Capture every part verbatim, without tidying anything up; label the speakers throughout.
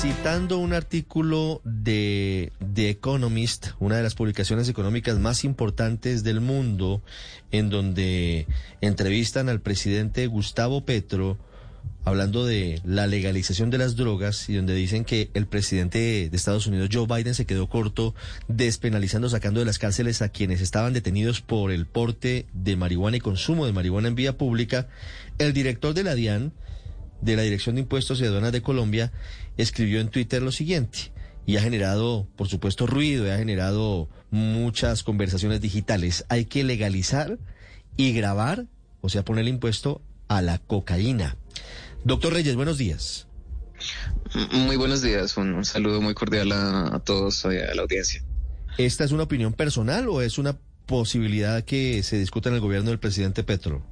Speaker 1: Citando un artículo de The Economist, una de las publicaciones económicas más importantes del mundo, en donde entrevistan al presidente Gustavo Petro, hablando de la legalización de las drogas, y donde dicen que el presidente de Estados Unidos, Joe Biden, se quedó corto despenalizando, sacando de las cárceles a quienes estaban detenidos por el porte de marihuana y consumo de marihuana en vía pública. El director de la DIAN, de la Dirección de Impuestos y Aduanas de Colombia, escribió en Twitter lo siguiente, y ha generado, por supuesto, ruido, y ha generado muchas conversaciones digitales. Hay que legalizar y gravar, o sea, poner el impuesto a la cocaína. Doctor Reyes, buenos días.
Speaker 2: Muy buenos días, un, un saludo muy cordial a, a todos, a la audiencia.
Speaker 1: ¿Esta es una opinión personal o es una posibilidad que se discuta en el gobierno del presidente Petro?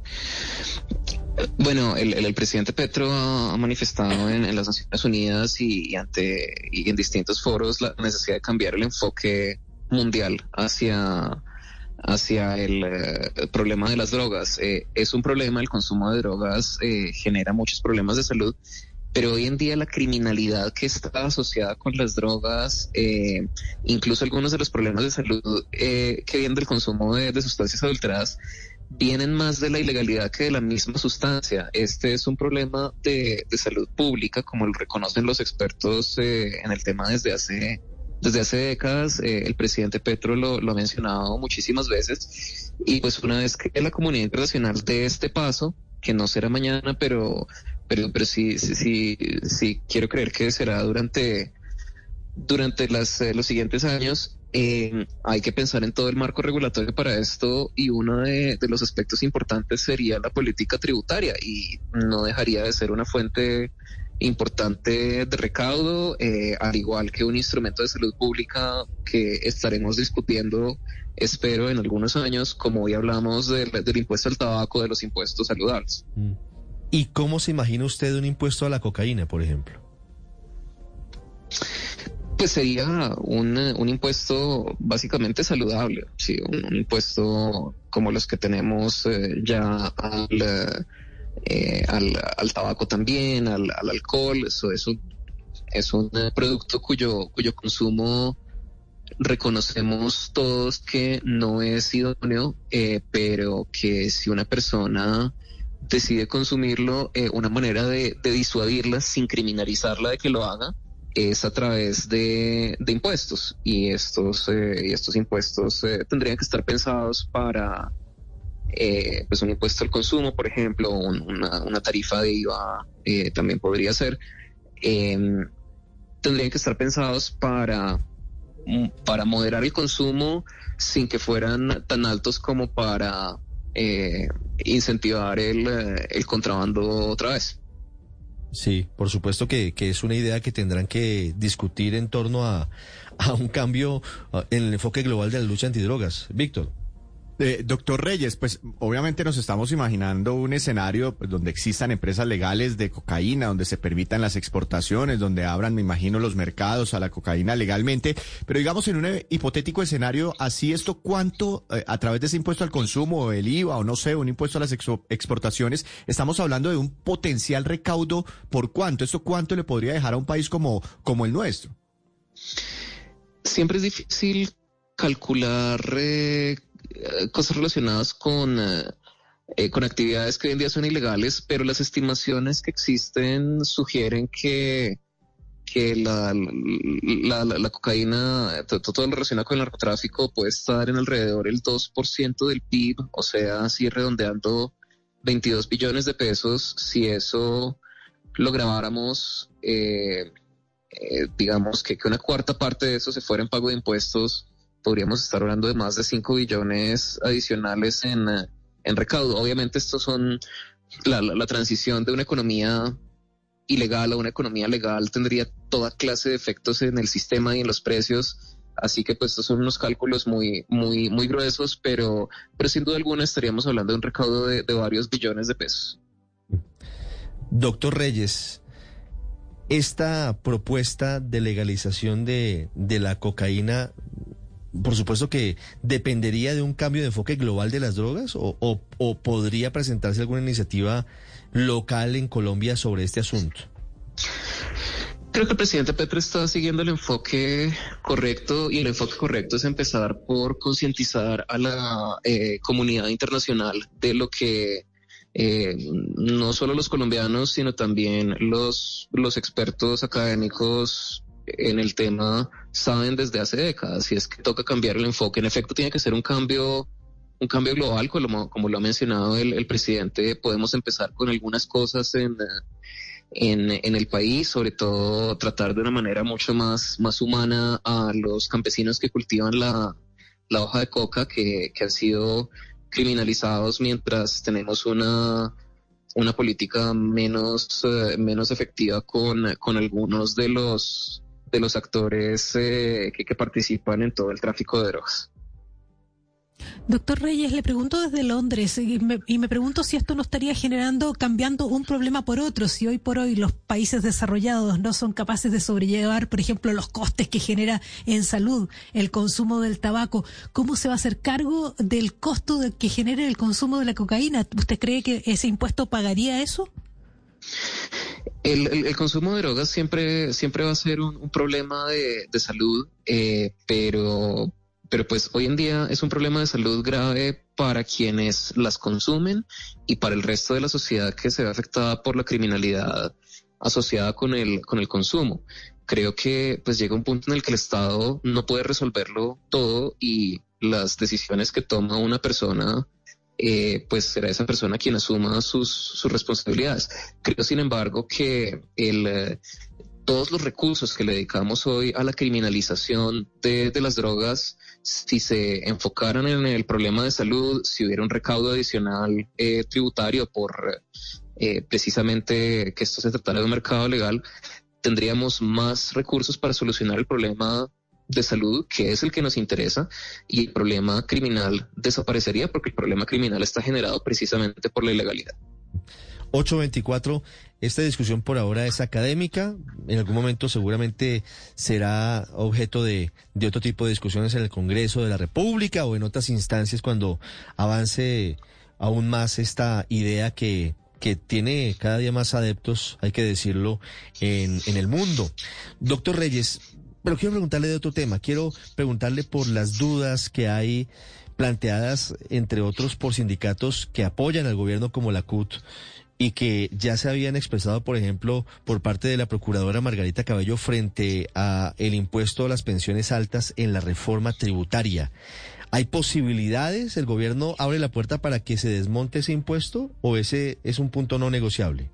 Speaker 2: Bueno, el, el, el presidente Petro ha manifestado en, en las Naciones Unidas y, y ante y en distintos foros la necesidad de cambiar el enfoque mundial hacia hacia el, eh, el problema de las drogas. Eh, es un problema, el consumo de drogas eh, genera muchos problemas de salud, pero hoy en día la criminalidad que está asociada con las drogas, eh, incluso algunos de los problemas de salud eh, que vienen del consumo de, de sustancias adulteradas, vienen más de la ilegalidad que de la misma sustancia. Este es un problema de, de salud pública, como lo reconocen los expertos eh, en el tema desde hace desde hace décadas. Eh, el presidente Petro lo, lo ha mencionado muchísimas veces, y pues una vez que la comunidad internacional dé este paso, que no será mañana, pero pero pero sí sí sí, sí quiero creer que será durante durante las eh, los siguientes años. Eh, hay que pensar en todo el marco regulatorio para esto, y uno de, de los aspectos importantes sería la política tributaria, y no dejaría de ser una fuente importante de recaudo, eh, al igual que un instrumento de salud pública que estaremos discutiendo, espero, en algunos años, como hoy hablamos del, del impuesto al tabaco, de los impuestos saludables.
Speaker 1: ¿Y cómo se imagina usted un impuesto a la cocaína, por ejemplo?
Speaker 2: Pues sería un, un impuesto básicamente saludable, sí, un, un impuesto como los que tenemos eh, ya al, eh, al, al tabaco también, al, al alcohol. Eso es un, es un producto cuyo, cuyo consumo reconocemos todos que no es idóneo, eh, pero que si una persona decide consumirlo, eh, una manera de, de disuadirla sin criminalizarla de que lo haga es a través de, de impuestos, y estos eh, y estos impuestos eh, tendrían que estar pensados para eh, pues un impuesto al consumo, por ejemplo, un, una, una tarifa de I V A eh, también podría ser. Eh, tendrían que estar pensados para para moderar el consumo sin que fueran tan altos como para eh, incentivar el, el contrabando otra vez.
Speaker 1: Sí, por supuesto que, que es una idea que tendrán que discutir en torno a, a un cambio uh, en el enfoque global de la lucha antidrogas. Víctor.
Speaker 3: Eh, doctor Reyes, pues obviamente nos estamos imaginando un escenario pues, donde existan empresas legales de cocaína, donde se permitan las exportaciones, donde abran, me imagino, los mercados a la cocaína legalmente, pero digamos en un hipotético escenario así, esto cuánto, eh, a través de ese impuesto al consumo, o el I V A, o no sé, un impuesto a las expo- exportaciones, estamos hablando de un potencial recaudo por cuánto, esto cuánto le podría dejar a un país como, como el nuestro.
Speaker 2: Siempre es difícil calcular eh, cosas relacionadas con, eh, con actividades que hoy en día son ilegales, pero las estimaciones que existen sugieren que, que la, la, la, la cocaína, todo, todo lo relacionado con el narcotráfico, puede estar en alrededor del dos por ciento del P I B, o sea, así redondeando veintidós billones de pesos. Si eso lo grabáramos, eh, eh, digamos que, que una cuarta parte de eso se fuera en pago de impuestos, podríamos estar hablando de más de cinco billones adicionales en, en recaudo. Obviamente estos son la, la, la transición de una economía ilegal a una economía legal tendría toda clase de efectos en el sistema y en los precios, así que pues estos son unos cálculos muy muy muy gruesos, pero pero sin duda alguna estaríamos hablando de un recaudo de, de varios billones de pesos.
Speaker 1: Doctor Reyes, esta propuesta de legalización de, de la cocaína, por supuesto que dependería de un cambio de enfoque global de las drogas, o, o, o podría presentarse alguna iniciativa local en Colombia sobre este asunto.
Speaker 2: Creo que el presidente Petro está siguiendo el enfoque correcto, y el enfoque correcto es empezar por concientizar a la eh, comunidad internacional de lo que eh, no solo los colombianos, sino también los, los expertos académicos en el tema saben desde hace décadas, y es que toca cambiar el enfoque. En efecto, tiene que ser un cambio un cambio global, como, como lo ha mencionado el, el presidente. Podemos empezar con algunas cosas en... En, en el país, sobre todo tratar de una manera mucho más, más humana a los campesinos que cultivan la, la hoja de coca, que, que han sido criminalizados, mientras tenemos una, una política menos, eh, menos efectiva con, con algunos de los, de los actores eh, que, que participan en todo el tráfico de drogas.
Speaker 4: Doctor Reyes, le pregunto desde Londres y me, y me pregunto si esto no estaría generando, cambiando un problema por otro, si hoy por hoy los países desarrollados no son capaces de sobrellevar, por ejemplo, los costes que genera en salud el consumo del tabaco. ¿Cómo se va a hacer cargo del costo de que genere el consumo de la cocaína? ¿Usted cree que ese impuesto pagaría eso?
Speaker 2: El, el, el consumo de drogas siempre, siempre va a ser un, un problema de, de salud, eh, pero... Pero pues hoy en día es un problema de salud grave para quienes las consumen y para el resto de la sociedad que se ve afectada por la criminalidad asociada con el, con el consumo. Creo que pues llega un punto en el que el Estado no puede resolverlo todo, y las decisiones que toma una persona, eh, pues será esa persona quien asuma sus, sus responsabilidades. Creo, sin embargo, que el... Eh, todos los recursos que le dedicamos hoy a la criminalización de, de las drogas, si se enfocaran en el problema de salud, si hubiera un recaudo adicional eh, tributario por eh, precisamente que esto se tratara de un mercado legal, tendríamos más recursos para solucionar el problema de salud, que es el que nos interesa, y el problema criminal desaparecería, porque el problema criminal está generado precisamente por la ilegalidad.
Speaker 1: ocho veinticuatro, esta discusión por ahora es académica, en algún momento seguramente será objeto de, de otro tipo de discusiones en el Congreso de la República o en otras instancias cuando avance aún más esta idea que, que tiene cada día más adeptos, hay que decirlo, en, en el mundo. Doctor Reyes, pero quiero preguntarle de otro tema, quiero preguntarle por las dudas que hay planteadas, entre otros, por sindicatos que apoyan al gobierno como la C U T, y que ya se habían expresado, por ejemplo, por parte de la procuradora Margarita Cabello frente a el impuesto a las pensiones altas en la reforma tributaria. ¿Hay posibilidades? ¿El gobierno abre la puerta para que se desmonte ese impuesto o ese es un punto no negociable?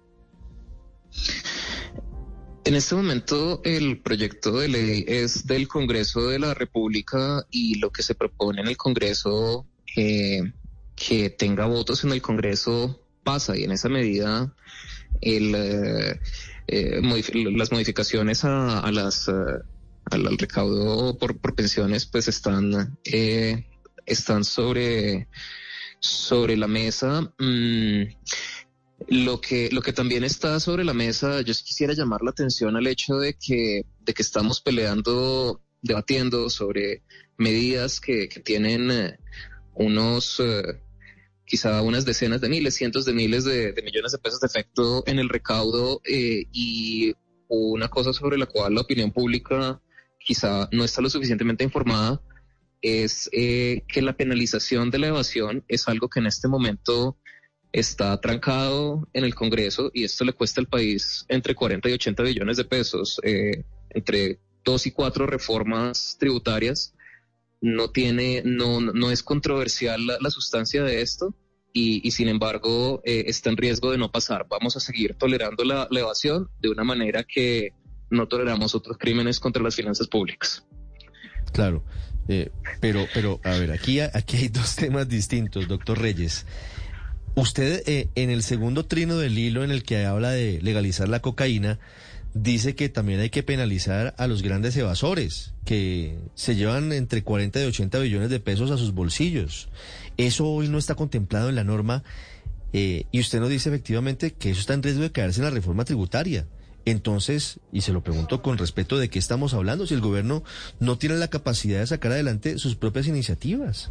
Speaker 2: En este momento el proyecto de ley es del Congreso de la República, y lo que se propone en el Congreso, eh, que tenga votos en el Congreso, pasa, y en esa medida el, eh, eh, modif- las modificaciones a, a las uh, al, al recaudo por, por pensiones pues están eh, están sobre sobre la mesa. Mm, lo que lo que también está sobre la mesa, yo sí quisiera llamar la atención al hecho de que de que estamos peleando, debatiendo sobre medidas que, que tienen eh, unos uh, quizá unas decenas de miles, cientos de miles de, de millones de pesos de efecto en el recaudo, eh, y una cosa sobre la cual la opinión pública quizá no está lo suficientemente informada es eh, que la penalización de la evasión es algo que en este momento está trancado en el Congreso, y esto le cuesta al país entre cuarenta y ochenta billones de pesos, eh, entre dos y cuatro reformas tributarias. No tiene, no, no es controversial la, la sustancia de esto, y, y sin embargo eh, está en riesgo de no pasar. Vamos a seguir tolerando la, la evasión de una manera que no toleramos otros crímenes contra las finanzas públicas.
Speaker 1: Claro, eh, pero, pero a ver, aquí, aquí hay dos temas distintos, doctor Reyes. Usted eh, en el segundo trino del hilo en el que habla de legalizar la cocaína, dice que también hay que penalizar a los grandes evasores, que se llevan entre cuarenta y ochenta billones de pesos a sus bolsillos. Eso hoy no está contemplado en la norma, eh, y usted nos dice efectivamente que eso está en riesgo de caerse en la reforma tributaria. Entonces, y se lo pregunto con respeto, ¿de qué estamos hablando si el gobierno no tiene la capacidad de sacar adelante sus propias iniciativas?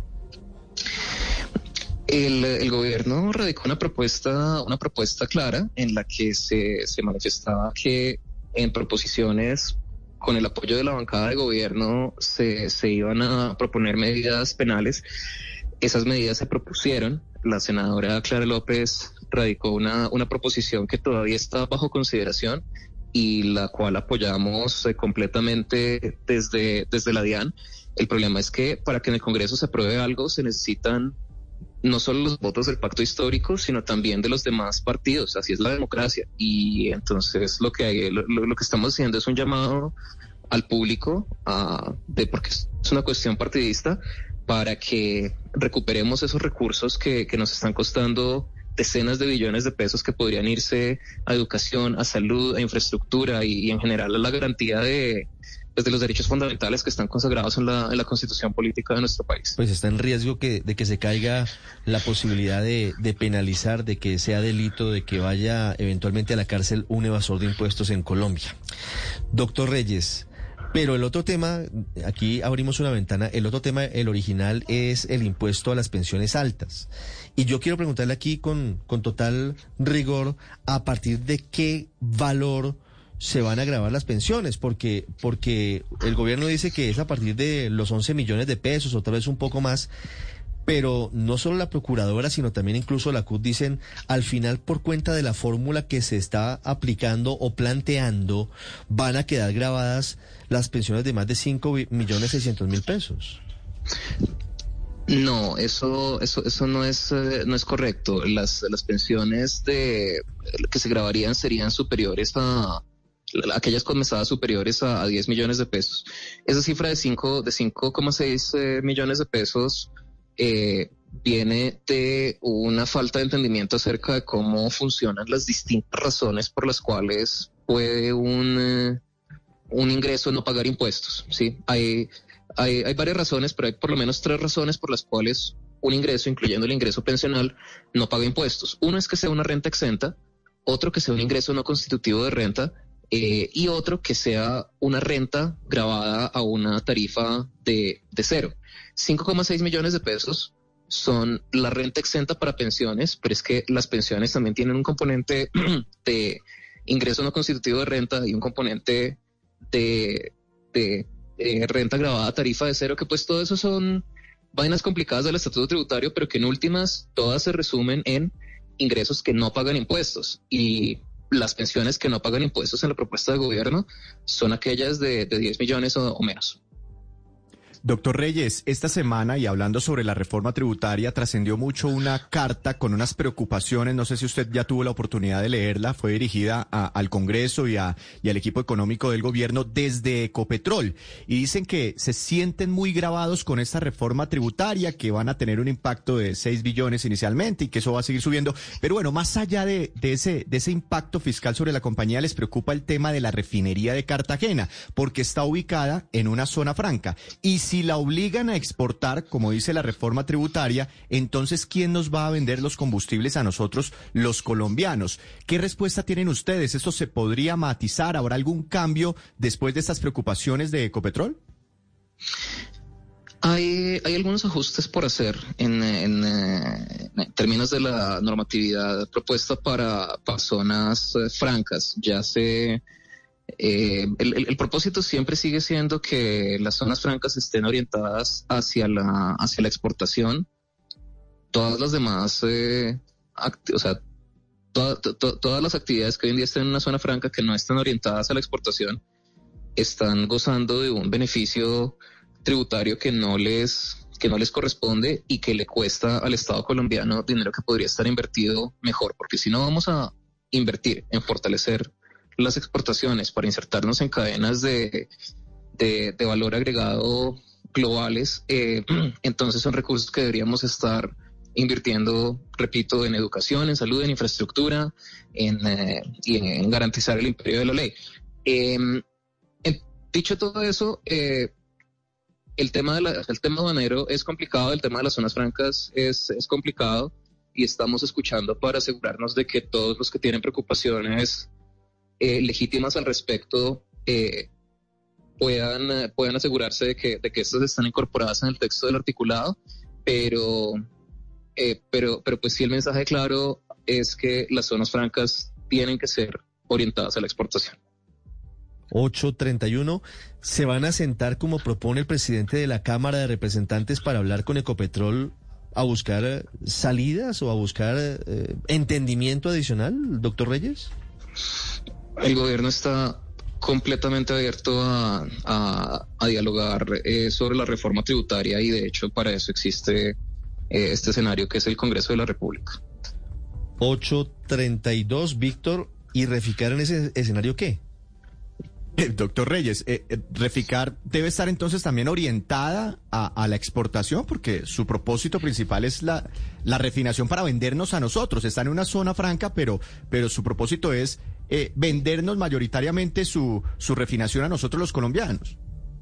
Speaker 2: El, el gobierno radicó una propuesta, una propuesta clara en la que se, se manifestaba que en proposiciones con el apoyo de la bancada de gobierno se, se iban a proponer medidas penales. Esas medidas se propusieron. La senadora Clara López radicó una, una proposición que todavía está bajo consideración y la cual apoyamos eh, completamente desde, desde la DIAN. El problema es que para que en el Congreso se apruebe algo se necesitan no solo los votos del pacto histórico, sino también de los demás partidos. Así es la democracia. Y entonces lo que hay, lo, lo que estamos haciendo es un llamado al público, a, de, porque es una cuestión partidista, para que recuperemos esos recursos que, que nos están costando decenas de billones de pesos, que podrían irse a educación, a salud, a infraestructura y, y en general a la garantía de, pues, de los derechos fundamentales que están consagrados en la, en la constitución política de nuestro país.
Speaker 1: Pues está en riesgo que, de que se caiga la posibilidad de, de penalizar, de que sea delito, de que vaya eventualmente a la cárcel un evasor de impuestos en Colombia. Doctor Reyes, pero el otro tema, aquí abrimos una ventana, el otro tema, el original, es el impuesto a las pensiones altas. Y yo quiero preguntarle aquí con, con total rigor, ¿a partir de qué valor se van a gravar las pensiones? Porque, porque el gobierno dice que es a partir de los once millones de pesos, o tal vez un poco más. Pero no solo la procuradora, sino también incluso la C U T dicen, al final, por cuenta de la fórmula que se está aplicando o planteando, van a quedar grabadas las pensiones de más de cinco millones seiscientos mil pesos.
Speaker 2: No, eso, eso, eso no es, eh, no es correcto. Las, las pensiones de que se grabarían serían superiores a aquellas comenzadas superiores a, a diez millones de pesos. Esa cifra de cinco, de cinco coma seis eh, millones de pesos Eh, viene de una falta de entendimiento acerca de cómo funcionan las distintas razones por las cuales puede un, eh, un ingreso no pagar impuestos, ¿sí? Hay, hay, hay varias razones, pero hay por lo menos tres razones por las cuales un ingreso, incluyendo el ingreso pensional, no paga impuestos. Uno es que sea una renta exenta, otro que sea un ingreso no constitutivo de renta, eh, y otro que sea una renta gravada a una tarifa de, de cero. cinco coma seis millones de pesos son la renta exenta para pensiones, pero es que las pensiones también tienen un componente de ingreso no constitutivo de renta y un componente de, de, de renta gravada a tarifa de cero, que pues todo eso son vainas complicadas del estatuto tributario, pero que en últimas todas se resumen en ingresos que no pagan impuestos. Y las pensiones que no pagan impuestos en la propuesta de gobierno son aquellas de, de diez millones o, o menos.
Speaker 3: Doctor Reyes, esta semana, y hablando sobre la reforma tributaria, trascendió mucho una carta con unas preocupaciones, no sé si usted ya tuvo la oportunidad de leerla, fue dirigida a, al Congreso y, a, y al equipo económico del gobierno desde Ecopetrol, y dicen que se sienten muy grabados con esta reforma tributaria, que van a tener un impacto de seis billones inicialmente y que eso va a seguir subiendo. Pero bueno, más allá de, de, ese, de ese impacto fiscal sobre la compañía, les preocupa el tema de la refinería de Cartagena, porque está ubicada en una zona franca, y si la obligan a exportar, como dice la reforma tributaria, entonces ¿quién nos va a vender los combustibles a nosotros, los colombianos? ¿Qué respuesta tienen ustedes? ¿Esto se podría matizar? ¿Habrá algún cambio después de estas preocupaciones de Ecopetrol?
Speaker 2: Hay, hay algunos ajustes por hacer en, en, en términos de la normatividad propuesta para, para zonas eh, francas. Ya se... Eh, el, el, el propósito siempre sigue siendo que las zonas francas estén orientadas hacia la, hacia la exportación. Todas las demás, eh, acti- o sea, to- to- todas las actividades que hoy en día están en una zona franca que no están orientadas a la exportación están gozando de un beneficio tributario que no les, que no les corresponde y que le cuesta al Estado colombiano dinero que podría estar invertido mejor, porque si no vamos a invertir en fortalecer las exportaciones para insertarnos en cadenas de, de, de valor agregado globales, eh, entonces son recursos que deberíamos estar invirtiendo, repito, en educación, en salud, en infraestructura, en, eh, y en, en garantizar el imperio de la ley. Eh, en, dicho todo eso, eh, el tema de la, el tema aduanero es complicado, el tema de las zonas francas es, es complicado, y estamos escuchando para asegurarnos de que todos los que tienen preocupaciones Eh, legítimas al respecto eh, puedan, eh, puedan asegurarse de que, de que estas están incorporadas en el texto del articulado, pero, eh, pero, pero pues sí, el mensaje claro es que las zonas francas tienen que ser orientadas a la exportación.
Speaker 1: ocho treinta y uno. ¿Se van a sentar como propone el presidente de la Cámara de Representantes para hablar con Ecopetrol a buscar salidas o a buscar eh, entendimiento adicional, doctor Reyes?
Speaker 2: El gobierno está completamente abierto a, a, a dialogar eh, sobre la reforma tributaria y de hecho para eso existe eh, este escenario que es el Congreso de la República.
Speaker 1: ocho treinta y dos, Víctor, ¿y Reficar en ese escenario qué?
Speaker 3: Eh, doctor Reyes, eh, eh, Reficar debe estar entonces también orientada a, a la exportación porque su propósito principal es la, la refinación para vendernos a nosotros. Está en una zona franca, pero, pero su propósito es eh, vendernos mayoritariamente su, su refinación a nosotros los colombianos.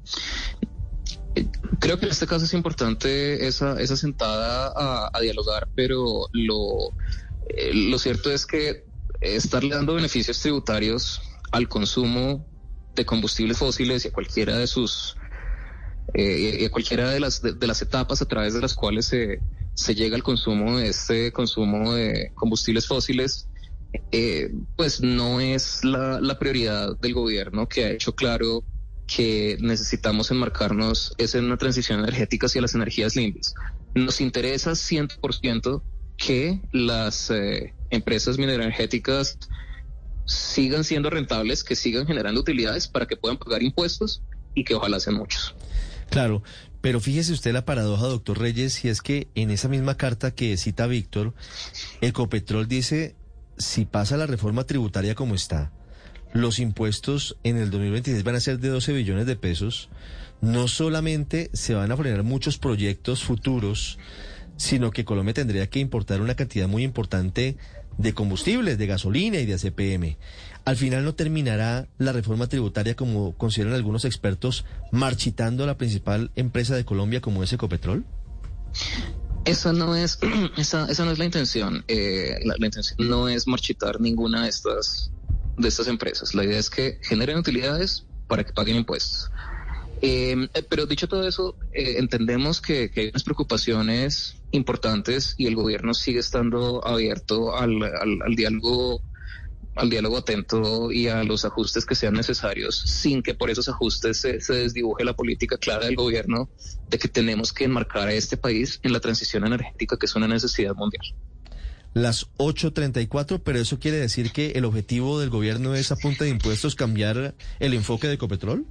Speaker 2: Creo que en este caso es importante esa, esa sentada a, a dialogar, pero lo, eh, lo cierto es que estarle dando beneficios tributarios al consumo de combustibles fósiles y a cualquiera de sus eh, y a cualquiera de las de, de las etapas a través de las cuales se, se llega al consumo de este consumo de combustibles fósiles, eh, pues no es la, la prioridad del gobierno, que ha hecho claro que necesitamos enmarcarnos es en una transición energética hacia las energías limpias. Nos interesa cien por ciento que las eh, empresas mineroenergéticas sigan siendo rentables, que sigan generando utilidades para que puedan pagar impuestos y que ojalá sean muchos.
Speaker 1: Claro, pero fíjese usted la paradoja, doctor Reyes, y es que en esa misma carta que cita Víctor, Ecopetrol dice, si pasa la reforma tributaria como está, los impuestos en el dos mil veintiséis van a ser de doce billones de pesos, no solamente se van a frenar muchos proyectos futuros, sino que Colombia tendría que importar una cantidad muy importante de combustibles, de gasolina y de A C P M. Al final no terminará la reforma tributaria, como consideran algunos expertos, marchitando a la principal empresa de Colombia como es Ecopetrol.
Speaker 2: Esa no es, esa, esa no es la intención. Eh, la, la intención no es marchitar ninguna de estas, de estas empresas. La idea es que generen utilidades para que paguen impuestos. Eh, pero dicho todo eso, eh, entendemos que, que hay unas preocupaciones importantes y el gobierno sigue estando abierto al, al, al diálogo, al diálogo atento y a los ajustes que sean necesarios, sin que por esos ajustes se, se desdibuje la política clara del gobierno de que tenemos que enmarcar a este país en la transición energética, que es una necesidad mundial.
Speaker 1: Las ocho treinta y cuatro, pero eso quiere decir que el objetivo del gobierno es, a punta de impuestos, cambiar el enfoque de Ecopetrol.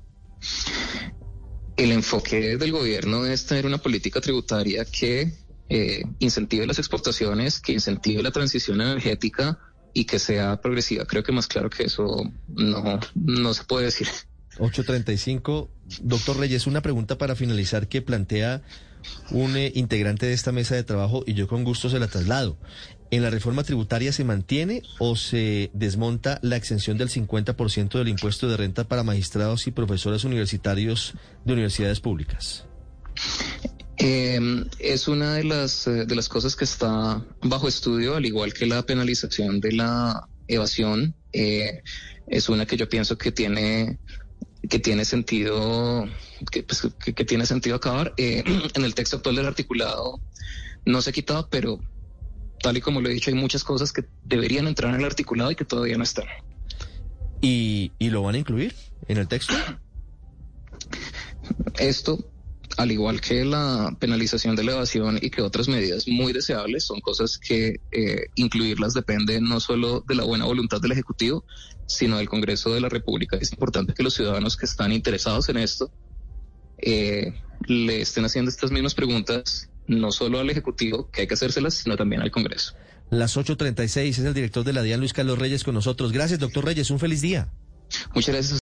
Speaker 2: El enfoque del gobierno es tener una política tributaria que eh, incentive las exportaciones, que incentive la transición energética y que sea progresiva. Creo que más claro que eso no, no se puede decir.
Speaker 1: ocho treinta y cinco. Doctor Reyes, una pregunta para finalizar que plantea un eh, integrante de esta mesa de trabajo y yo con gusto se la traslado. ¿En la reforma tributaria se mantiene o se desmonta la exención del cincuenta por ciento del impuesto de renta para magistrados y profesores universitarios de universidades públicas?
Speaker 2: Eh, es una de las, de las cosas que está bajo estudio, al igual que la penalización de la evasión. Eh, es una que yo pienso que tiene... que tiene sentido que, pues, que, que tiene sentido acabar. Eh, en el texto actual del articulado no se ha quitado, pero tal y como lo he dicho, hay muchas cosas que deberían entrar en el articulado y que todavía no están.
Speaker 1: ¿Y, y lo van a incluir en el texto?
Speaker 2: Esto, al igual que la penalización de la evasión y que otras medidas muy deseables, son cosas que eh, incluirlas depende no solo de la buena voluntad del Ejecutivo, sino del Congreso de la República. Es importante que los ciudadanos que están interesados en esto eh, le estén haciendo estas mismas preguntas, no solo al Ejecutivo, que hay que hacérselas, sino también al Congreso.
Speaker 1: Las ocho treinta y seis, es el director de la DIAN, Luis Carlos Reyes, con nosotros. Gracias, doctor Reyes, un feliz día.
Speaker 2: Muchas gracias.